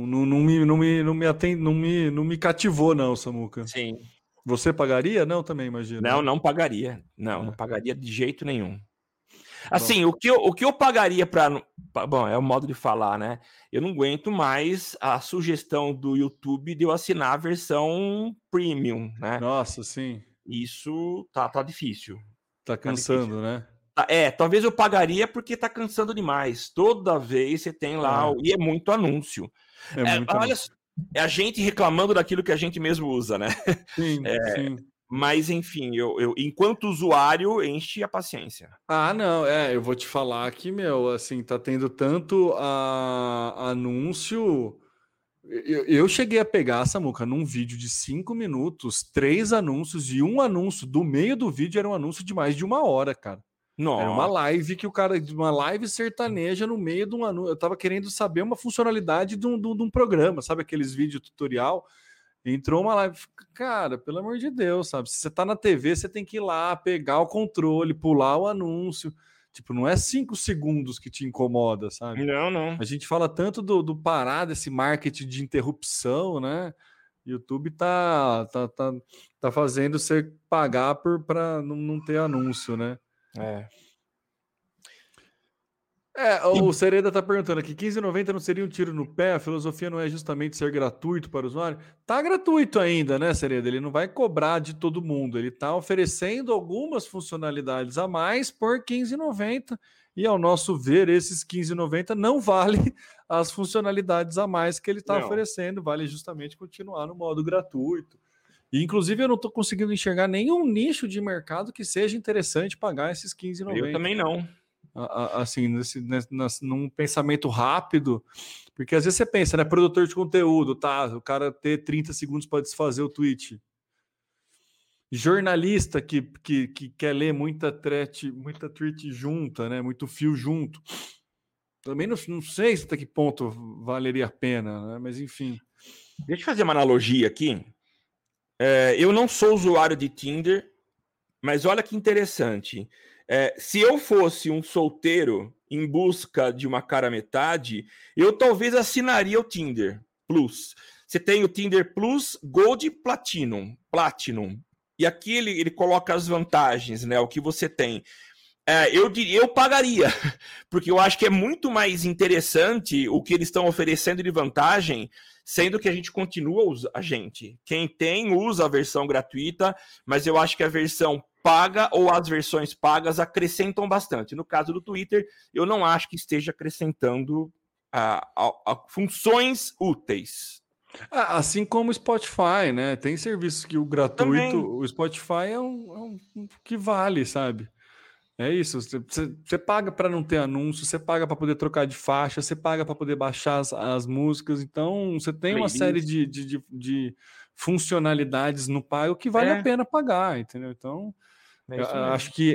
me cativou, não, Samuca. Sim. Você pagaria? Não, também imagino. Não pagaria. Não pagaria de jeito nenhum. Assim, o que eu pagaria para... Bom, é o modo de falar, né? Eu não aguento mais a sugestão do YouTube de eu assinar a versão premium, né? Nossa, sim. Isso tá difícil. Tá cansando, né? Talvez eu pagaria porque tá cansando demais. Toda vez você tem lá... E é muito anúncio. Olha, é a gente reclamando daquilo que a gente mesmo usa, né? Sim, sim. Mas, enfim, eu enquanto usuário, enche a paciência. Não, eu vou te falar que, assim, tá tendo tanto anúncio... Eu cheguei a pegar, Samuca, num vídeo de 5 minutos, 3 anúncios, e um anúncio do meio do vídeo era um anúncio de mais de 1 hora, cara. Nossa. Era uma live uma live sertaneja no meio de um anúncio. Eu tava querendo saber uma funcionalidade de um programa, sabe? Aqueles vídeos tutorial. Entrou uma live. Cara, pelo amor de Deus, sabe? Se você tá na TV, você tem que ir lá, pegar o controle, pular o anúncio. Tipo, não é 5 segundos que te incomoda, sabe? Não. A gente fala tanto do parar desse marketing de interrupção, né? YouTube tá fazendo você pagar para não ter anúncio, né? O Sereda tá perguntando aqui, R$15,90 não seria um tiro no pé? A filosofia não é justamente ser gratuito para o usuário? Tá gratuito ainda, né, Sereda? Ele não vai cobrar de todo mundo. Ele tá oferecendo algumas funcionalidades a mais por R$15,90. E, ao nosso ver, esses R$15,90 não vale as funcionalidades a mais que ele está oferecendo. Vale justamente continuar no modo gratuito. E, inclusive, eu não estou conseguindo enxergar nenhum nicho de mercado que seja interessante pagar esses R$15,90. Eu também não. Assim, num pensamento rápido, porque às vezes você pensa, né, produtor de conteúdo, tá, o cara ter 30 segundos para desfazer o tweet. Jornalista que quer ler muita tweet junta, né, muito fio junto. Também não sei até que ponto valeria a pena, né, mas enfim. Deixa eu fazer uma analogia aqui. Eu não sou usuário de Tinder, mas olha que interessante. Se eu fosse um solteiro em busca de uma cara metade, eu talvez assinaria o Tinder Plus. Você tem o Tinder Plus, Gold e Platinum. E aqui ele coloca as vantagens, né? O que você tem. Eu pagaria, porque eu acho que é muito mais interessante o que eles estão oferecendo de vantagem, sendo que a gente continua quem tem usa a versão gratuita, mas eu acho que a versão paga ou as versões pagas acrescentam bastante. No caso do Twitter, eu não acho que esteja acrescentando funções úteis. Assim como o Spotify, né? Tem serviços que o gratuito, também. O Spotify é um que vale, sabe? É isso, você paga para não ter anúncio, você paga para poder trocar de faixa, você paga para poder baixar as músicas, então você tem uma série de funcionalidades no pago que vale a pena pagar, entendeu? Então, acho que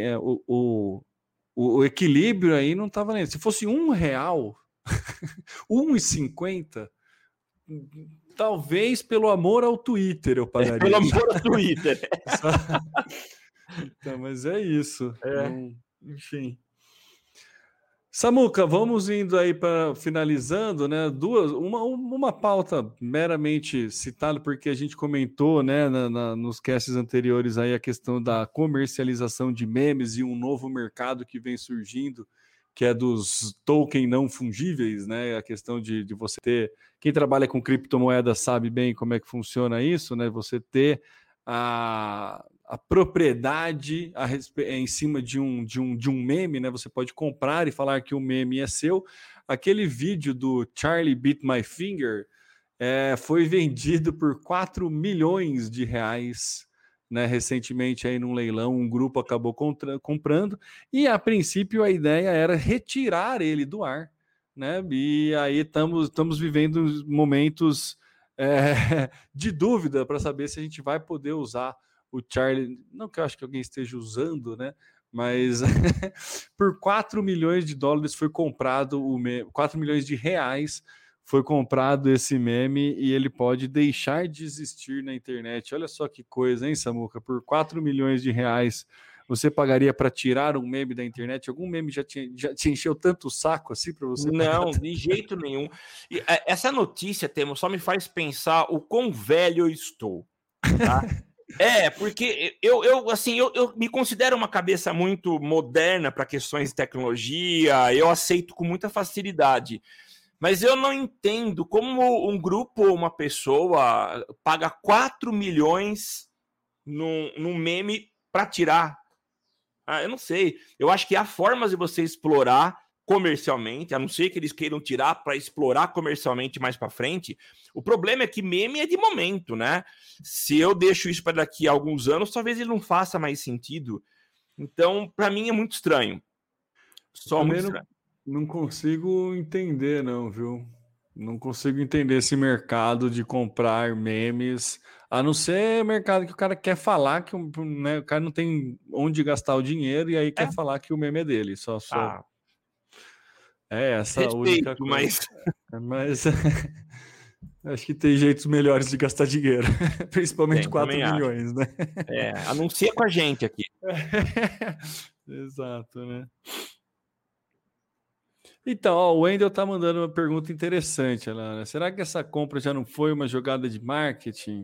o equilíbrio aí não tá valendo. Se fosse R$1, R$1,50, talvez pelo amor ao Twitter eu pagaria. Pelo amor ao Twitter. Então, mas é isso. Enfim. Samuca, vamos indo aí para finalizando, né? Uma pauta meramente citada, porque a gente comentou, né, nos casts anteriores aí a questão da comercialização de memes e um novo mercado que vem surgindo, que é dos token não fungíveis, né? A questão de você ter. Quem trabalha com criptomoeda sabe bem como é que funciona isso, né? Você ter a propriedade em cima de um meme, né? Você pode comprar e falar que o meme é seu. Aquele vídeo do Charlie Beat My Finger foi vendido por 4 milhões de reais, né? Recentemente aí num leilão, um grupo acabou comprando, e a princípio a ideia era retirar ele do ar, né? E aí estamos vivendo momentos de dúvida para saber se a gente vai poder usar o Charlie, não que eu acho que alguém esteja usando, né? Mas por 4 milhões de dólares foi comprado 4 milhões de reais foi comprado esse meme e ele pode deixar de existir na internet. Olha só que coisa, hein, Samuca? Por 4 milhões de reais, você pagaria para tirar um meme da internet? Algum meme já te encheu tanto o saco assim para você pagar? Não, de jeito nenhum. E, essa notícia, Temo, só me faz pensar o quão velho eu estou, tá? Porque eu me considero uma cabeça muito moderna para questões de tecnologia, eu aceito com muita facilidade. Mas eu não entendo como um grupo ou uma pessoa paga 4 milhões num meme para tirar. Eu não sei. Eu acho que há formas de você explorar comercialmente, a não ser que eles queiram tirar para explorar comercialmente mais para frente. O problema é que meme é de momento, né? Se eu deixo isso para daqui a alguns anos, talvez ele não faça mais sentido. Então, para mim é muito estranho. Só muito Também estranho. não consigo entender, não, viu? Não consigo entender esse mercado de comprar memes, a não ser mercado que o cara quer falar que né, o cara não tem onde gastar o dinheiro e aí É. quer falar que o meme é dele. Só Ah, é essa a única respeito, coisa. mas Mas acho que tem jeitos melhores de gastar dinheiro, principalmente tem, 4 também acho. milhões, né? Anuncia com a gente aqui. Exato, né? Então, ó, o Wendel tá mandando uma pergunta interessante, Alana. Será que essa compra já não foi uma jogada de marketing?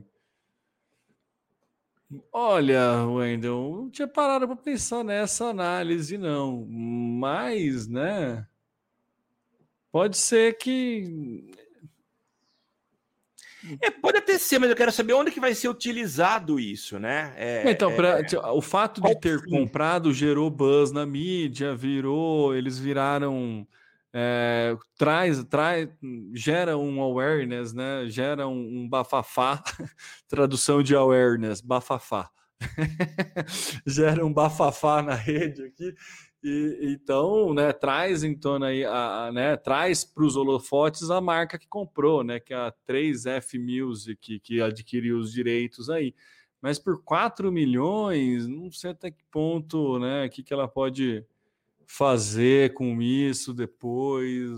Olha, Wendel, não tinha parado para pensar nessa análise, não. Mas, né? Pode ser que. Pode até ser, mas eu quero saber onde que vai ser utilizado isso, né? Então, o fato Qual de o ter fim? comprado gerou buzz na mídia, eles viraram, gera um awareness, né? Gera um bafafá, tradução de awareness, bafafá. Gera um bafafá na rede aqui. Então, né, traz em torno aí, né, traz para os holofotes a marca que comprou, né, que é a 3F Music, que adquiriu os direitos aí. Mas por 4 milhões, não sei até que ponto, né, o que ela pode fazer com isso depois.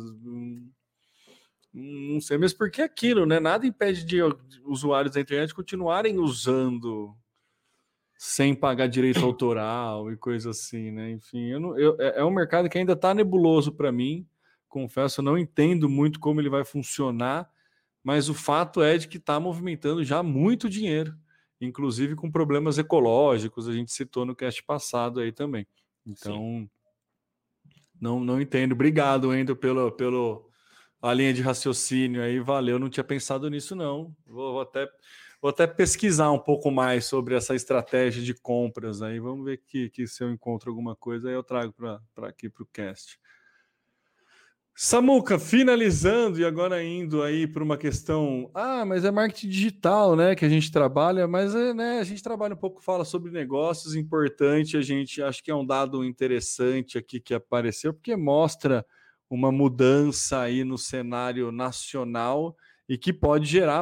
Não sei, mas porque aquilo, né? Nada impede de usuários da internet continuarem usando sem pagar direito autoral e coisa assim, né? Enfim, é um mercado que ainda está nebuloso para mim. Confesso, eu não entendo muito como ele vai funcionar, mas o fato é de que está movimentando já muito dinheiro, inclusive com problemas ecológicos, a gente citou no cast passado aí também. Sim. Então, não entendo. Obrigado, Wendel, pelo a linha de raciocínio aí, valeu. Não tinha pensado nisso, não. Vou até pesquisar um pouco mais sobre essa estratégia de compras aí. Vamos ver que se eu encontro alguma coisa, aí eu trago para aqui para o cast. Samuca, finalizando e agora indo aí para uma questão. Mas é marketing digital, né? Que a gente trabalha, mas né, a gente trabalha um pouco, fala sobre negócios, importante. A gente acho que é um dado interessante aqui que apareceu, porque mostra uma mudança aí no cenário nacional e que pode gerar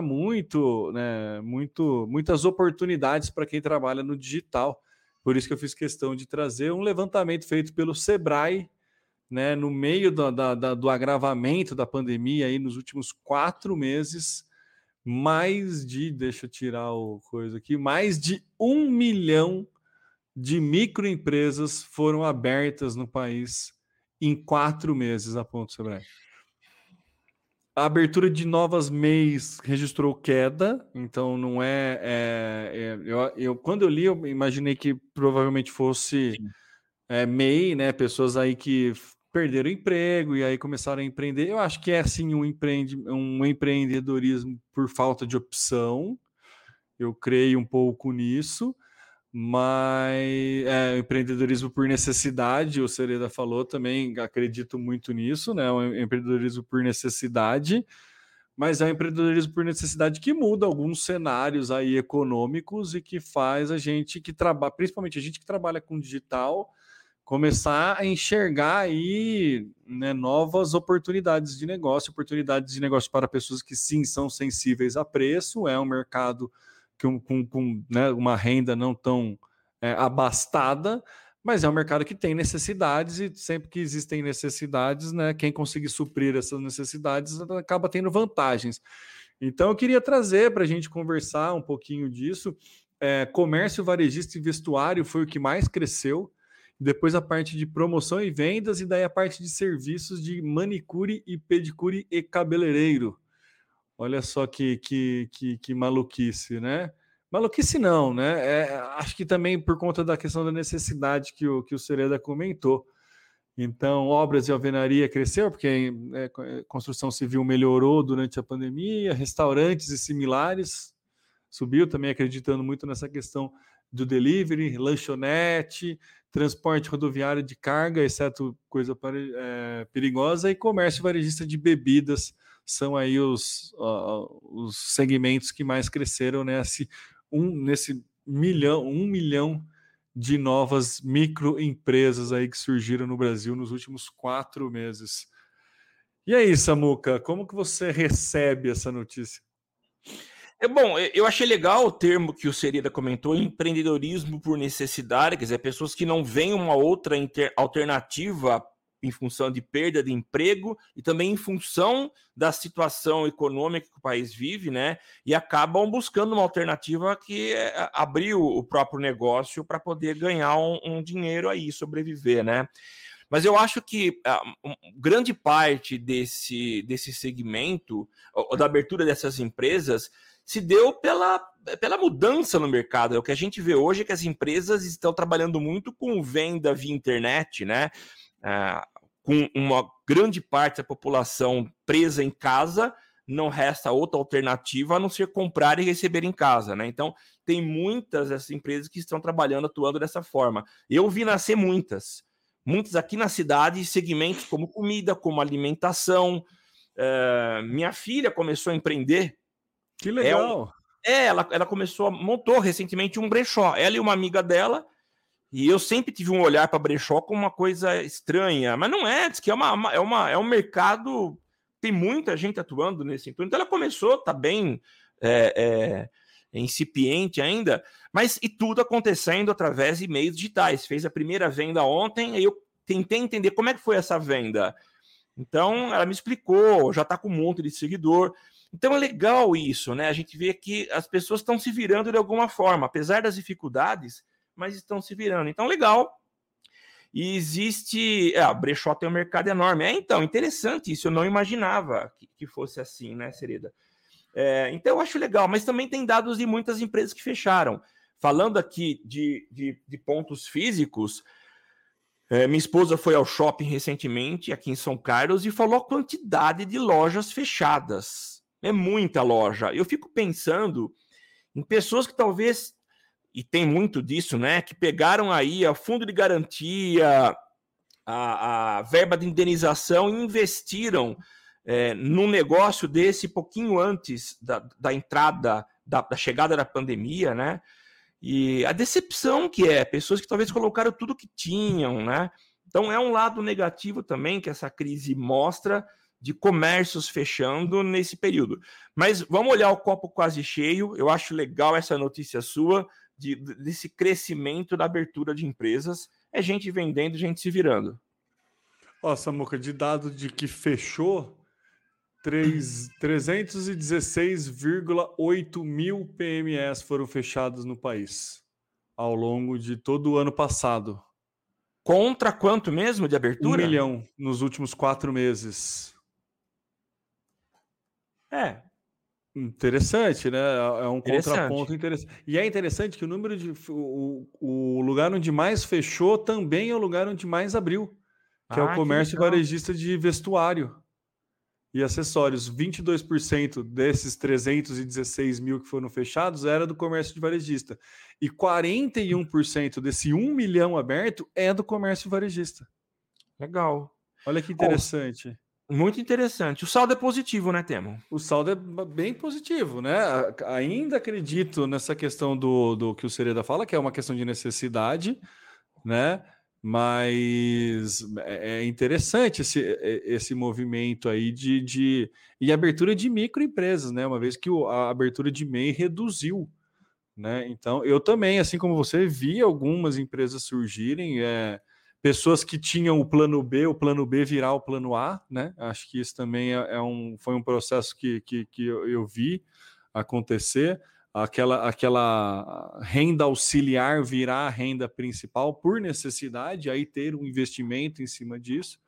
muitas oportunidades para quem trabalha no digital. Por isso que eu fiz questão de trazer um levantamento feito pelo Sebrae, né, no meio do agravamento da pandemia aí nos últimos 4 meses, deixa eu tirar o coisa aqui, mais de 1 milhão de microempresas foram abertas no país em 4 meses, aponta o Sebrae. A abertura de novas MEIs registrou queda, então não quando eu li, eu imaginei que provavelmente fosse MEI, né? Pessoas aí que perderam emprego e aí começaram a empreender. Eu acho que é sim um empreendedorismo por falta de opção. Eu creio um pouco nisso. Mas empreendedorismo por necessidade, o Sereda falou também, acredito muito nisso, né? O empreendedorismo por necessidade, mas é um empreendedorismo por necessidade que muda alguns cenários aí econômicos e que faz a gente que trabalha, principalmente a gente que trabalha com digital, começar a enxergar aí, né, novas oportunidades de negócio para pessoas que sim são sensíveis a preço, é um mercado com né, uma renda não tão abastada, mas é um mercado que tem necessidades e sempre que existem necessidades, né, quem conseguir suprir essas necessidades acaba tendo vantagens. Então eu queria trazer para a gente conversar um pouquinho disso. Comércio varejista e vestuário foi o que mais cresceu, depois a parte de promoção e vendas, e daí a parte de serviços de manicure e pedicure e cabeleireiro. Olha só que maluquice, né? Maluquice não, né? Acho que também por conta da questão da necessidade que o Sereda comentou. Então, obras de alvenaria cresceu, porque construção civil melhorou durante a pandemia, restaurantes e similares subiu, também acreditando muito nessa questão do delivery, lanchonete, transporte rodoviário de carga, exceto coisa perigosa, e comércio varejista de bebidas são aí os segmentos que mais cresceram nesse 1 milhão de novas microempresas aí que surgiram no Brasil nos últimos 4 meses. E aí, Samuca, como que você recebe essa notícia? Bom, eu achei legal o termo que o Sereda comentou, empreendedorismo por necessidade, quer dizer, pessoas que não veem uma outra alternativa em função de perda de emprego e também em função da situação econômica que o país vive, né? E acabam buscando uma alternativa que é abrir o próprio negócio para poder ganhar um dinheiro aí, sobreviver, né? Mas eu acho que grande parte desse segmento, ou da abertura dessas empresas, se deu pela mudança no mercado. O que a gente vê hoje é que as empresas estão trabalhando muito com venda via internet, né? Com uma grande parte da população presa em casa, não resta outra alternativa a não ser comprar e receber em casa, né? Então, tem muitas dessas empresas que estão trabalhando, atuando dessa forma. Eu vi nascer muitas aqui na cidade, segmentos como comida, como alimentação. Minha filha começou a empreender. Que legal! Ela montou recentemente um brechó. Ela e uma amiga dela, e eu sempre tive um olhar para brechó como uma coisa estranha, mas não é, diz que é um mercado, tem muita gente atuando nesse entorno. Então ela começou, está bem incipiente ainda, mas e tudo acontecendo através de meios digitais. Fez a primeira venda ontem, aí eu tentei entender como é que foi essa venda. Então ela me explicou, já está com um monte de seguidor. Então é legal isso, né? A gente vê que as pessoas estão se virando de alguma forma, apesar das dificuldades, mas estão se virando. Então, legal. E existe. O brechó tem um mercado enorme. Então, interessante isso. Eu não imaginava que fosse assim, né, Sereda? Então, eu acho legal. Mas também tem dados de muitas empresas que fecharam. Falando aqui de pontos físicos, minha esposa foi ao shopping recentemente, aqui em São Carlos, e falou a quantidade de lojas fechadas. É muita loja. Eu fico pensando em pessoas que talvez, e tem muito disso, né, que pegaram aí a fundo de garantia, a verba de indenização e investiram num negócio desse pouquinho antes da entrada, da chegada da pandemia, né? E a decepção que pessoas que talvez colocaram tudo que tinham, né? Então é um lado negativo também que essa crise mostra, de comércios fechando nesse período. Mas vamos olhar o copo quase cheio. Eu acho legal essa notícia sua desse crescimento da abertura de empresas. É gente vendendo, gente se virando. Ó, Samuca, de dado de que fechou, 316,8 mil PMEs foram fechados no país ao longo de todo o ano passado. Contra quanto mesmo de abertura? 1 milhão nos últimos 4 meses. Interessante, né? É um contraponto interessante. E é interessante que o número de... O lugar onde mais fechou também é o lugar onde mais abriu, que é o comércio varejista de vestuário e acessórios. 22% desses 316 mil que foram fechados era do comércio de varejista. E 41% desse 1 milhão aberto é do comércio varejista. Legal. Olha que interessante. Muito interessante. O saldo é positivo, né, Temo? O saldo é bem positivo, né? Ainda acredito nessa questão do que o Sereda fala, que é uma questão de necessidade, né? Mas é interessante esse movimento aí e abertura de microempresas, né? Uma vez que a abertura de MEI reduziu, né? Então, eu também, assim como você, vi algumas empresas surgirem, pessoas que tinham o plano B virar o plano A, né? Acho que isso também foi um processo que eu vi acontecer. Aquela renda auxiliar virar a renda principal por necessidade, aí ter um investimento em cima disso.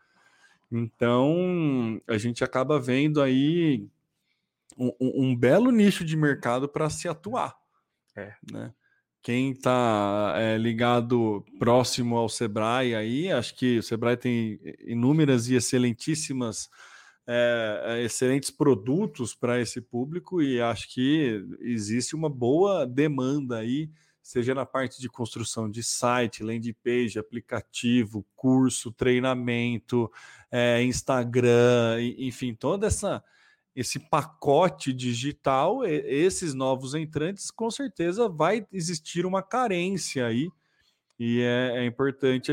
Então, a gente acaba vendo aí um belo nicho de mercado para se atuar. Né? Quem está ligado próximo ao Sebrae aí, acho que o Sebrae tem inúmeras e excelentíssimas excelentes produtos para esse público e acho que existe uma boa demanda aí, seja na parte de construção de site, landing page, aplicativo, curso, treinamento, Instagram, enfim, todo esse pacote digital, esses novos entrantes, com certeza vai existir uma carência aí e é importante a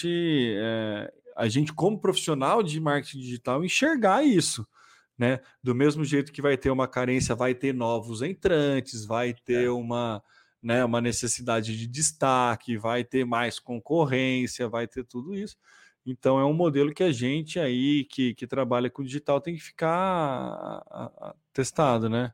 gente, como profissional de marketing digital, enxergar isso, né? Do mesmo jeito que vai ter uma carência, vai ter novos entrantes, vai ter uma necessidade de destaque, vai ter mais concorrência, vai ter tudo isso. Então, é um modelo que a gente aí, que trabalha com digital, tem que ficar testado, né?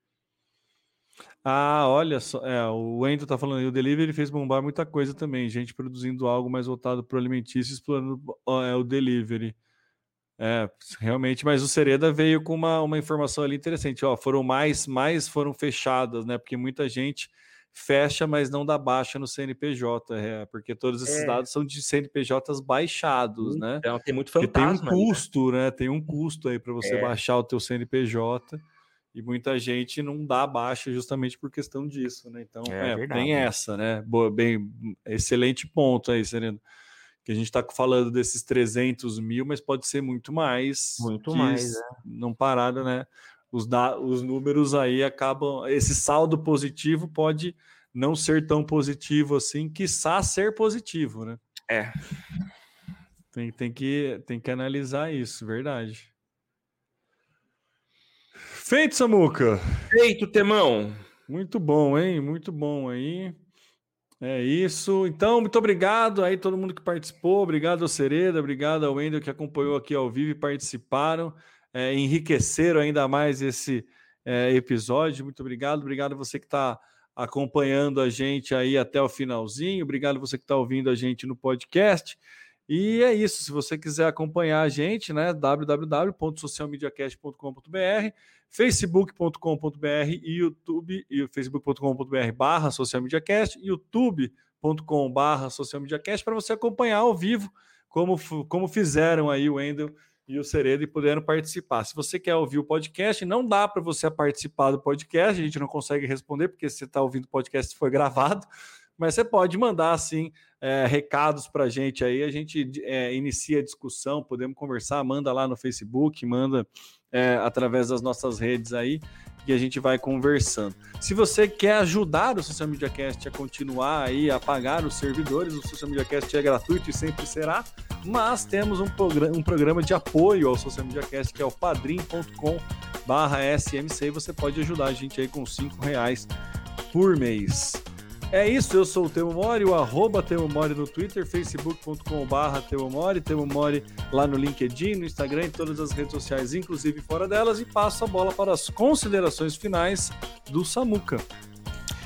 Olha só, o Wendel tá falando aí, o delivery fez bombar muita coisa também, gente produzindo algo mais voltado para o alimentício, explorando o delivery. Realmente, mas o Sereda veio com uma informação ali interessante, foram foram fechadas, né? Porque muita gente fecha, mas não dá baixa no CNPJ, porque todos esses dados são de CNPJs baixados, né? Então tem muito fantasma. Tem um custo, né? Tem um custo aí para você baixar o teu CNPJ. E muita gente não dá baixa justamente por questão disso, né? Então, tem essa, né? Excelente ponto aí, Sereno. Que a gente está falando desses 300 mil, mas pode ser muito mais. Muito mais, não parada, né? Os números aí acabam... Esse saldo positivo pode não ser tão positivo assim, quiçá ser positivo, né? Tem que analisar isso, verdade. Feito, Samuca. Feito, Temão. Muito bom, hein? Muito bom aí. É isso. Então, muito obrigado aí todo mundo que participou. Obrigado ao Sereda, obrigado ao Wendel que acompanhou aqui ao vivo e participaram. Enriqueceram ainda mais esse episódio. Muito obrigado. Obrigado a você que está acompanhando a gente aí até o finalzinho. Obrigado a você que está ouvindo a gente no podcast. E é isso, se você quiser acompanhar a gente, né, www.socialmediacast.com.br, facebook.com.br e YouTube, e facebook.com.br/socialmediacast, youtube.com/socialmediacast, para você acompanhar ao vivo, como fizeram aí o Wendel e o Sereda e puderam participar. Se você quer ouvir o podcast, não dá para você participar do podcast, a gente não consegue responder, porque você está ouvindo o podcast foi gravado, mas você pode mandar, assim, recados para a gente aí, a gente inicia a discussão, podemos conversar, manda lá no Facebook, manda através das nossas redes aí, que a gente vai conversando. Se você quer ajudar o Social Media Cast a continuar aí, a pagar os servidores, o Social Media Cast é gratuito e sempre será, mas temos um programa de apoio ao Social Media Cast, que é o padrim.com/smc, e você pode ajudar a gente aí com R$5 por mês. É isso, eu sou o Temo Mori, o @Temo Mori no Twitter, facebook.com/Temo Mori, Temo Mori lá no LinkedIn, no Instagram, em todas as redes sociais, inclusive fora delas, e passo a bola para as considerações finais do Samuca.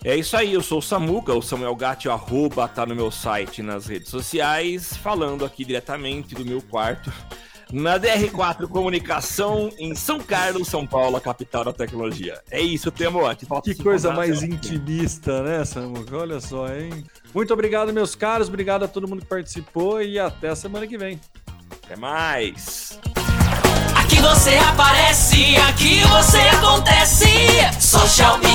É isso aí, eu sou o Samuca, o Samuel Gatti, @ tá no meu site nas redes sociais, falando aqui diretamente do meu quarto, na DR4 Comunicação, em São Carlos, São Paulo, a capital da tecnologia. É isso, Temote. Que coisa mais intimista, né, Samuca? Olha só, hein? Muito obrigado, meus caros, obrigado a todo mundo que participou e até a semana que vem. Até mais! Aqui você aparece, aqui você acontece. Social Media.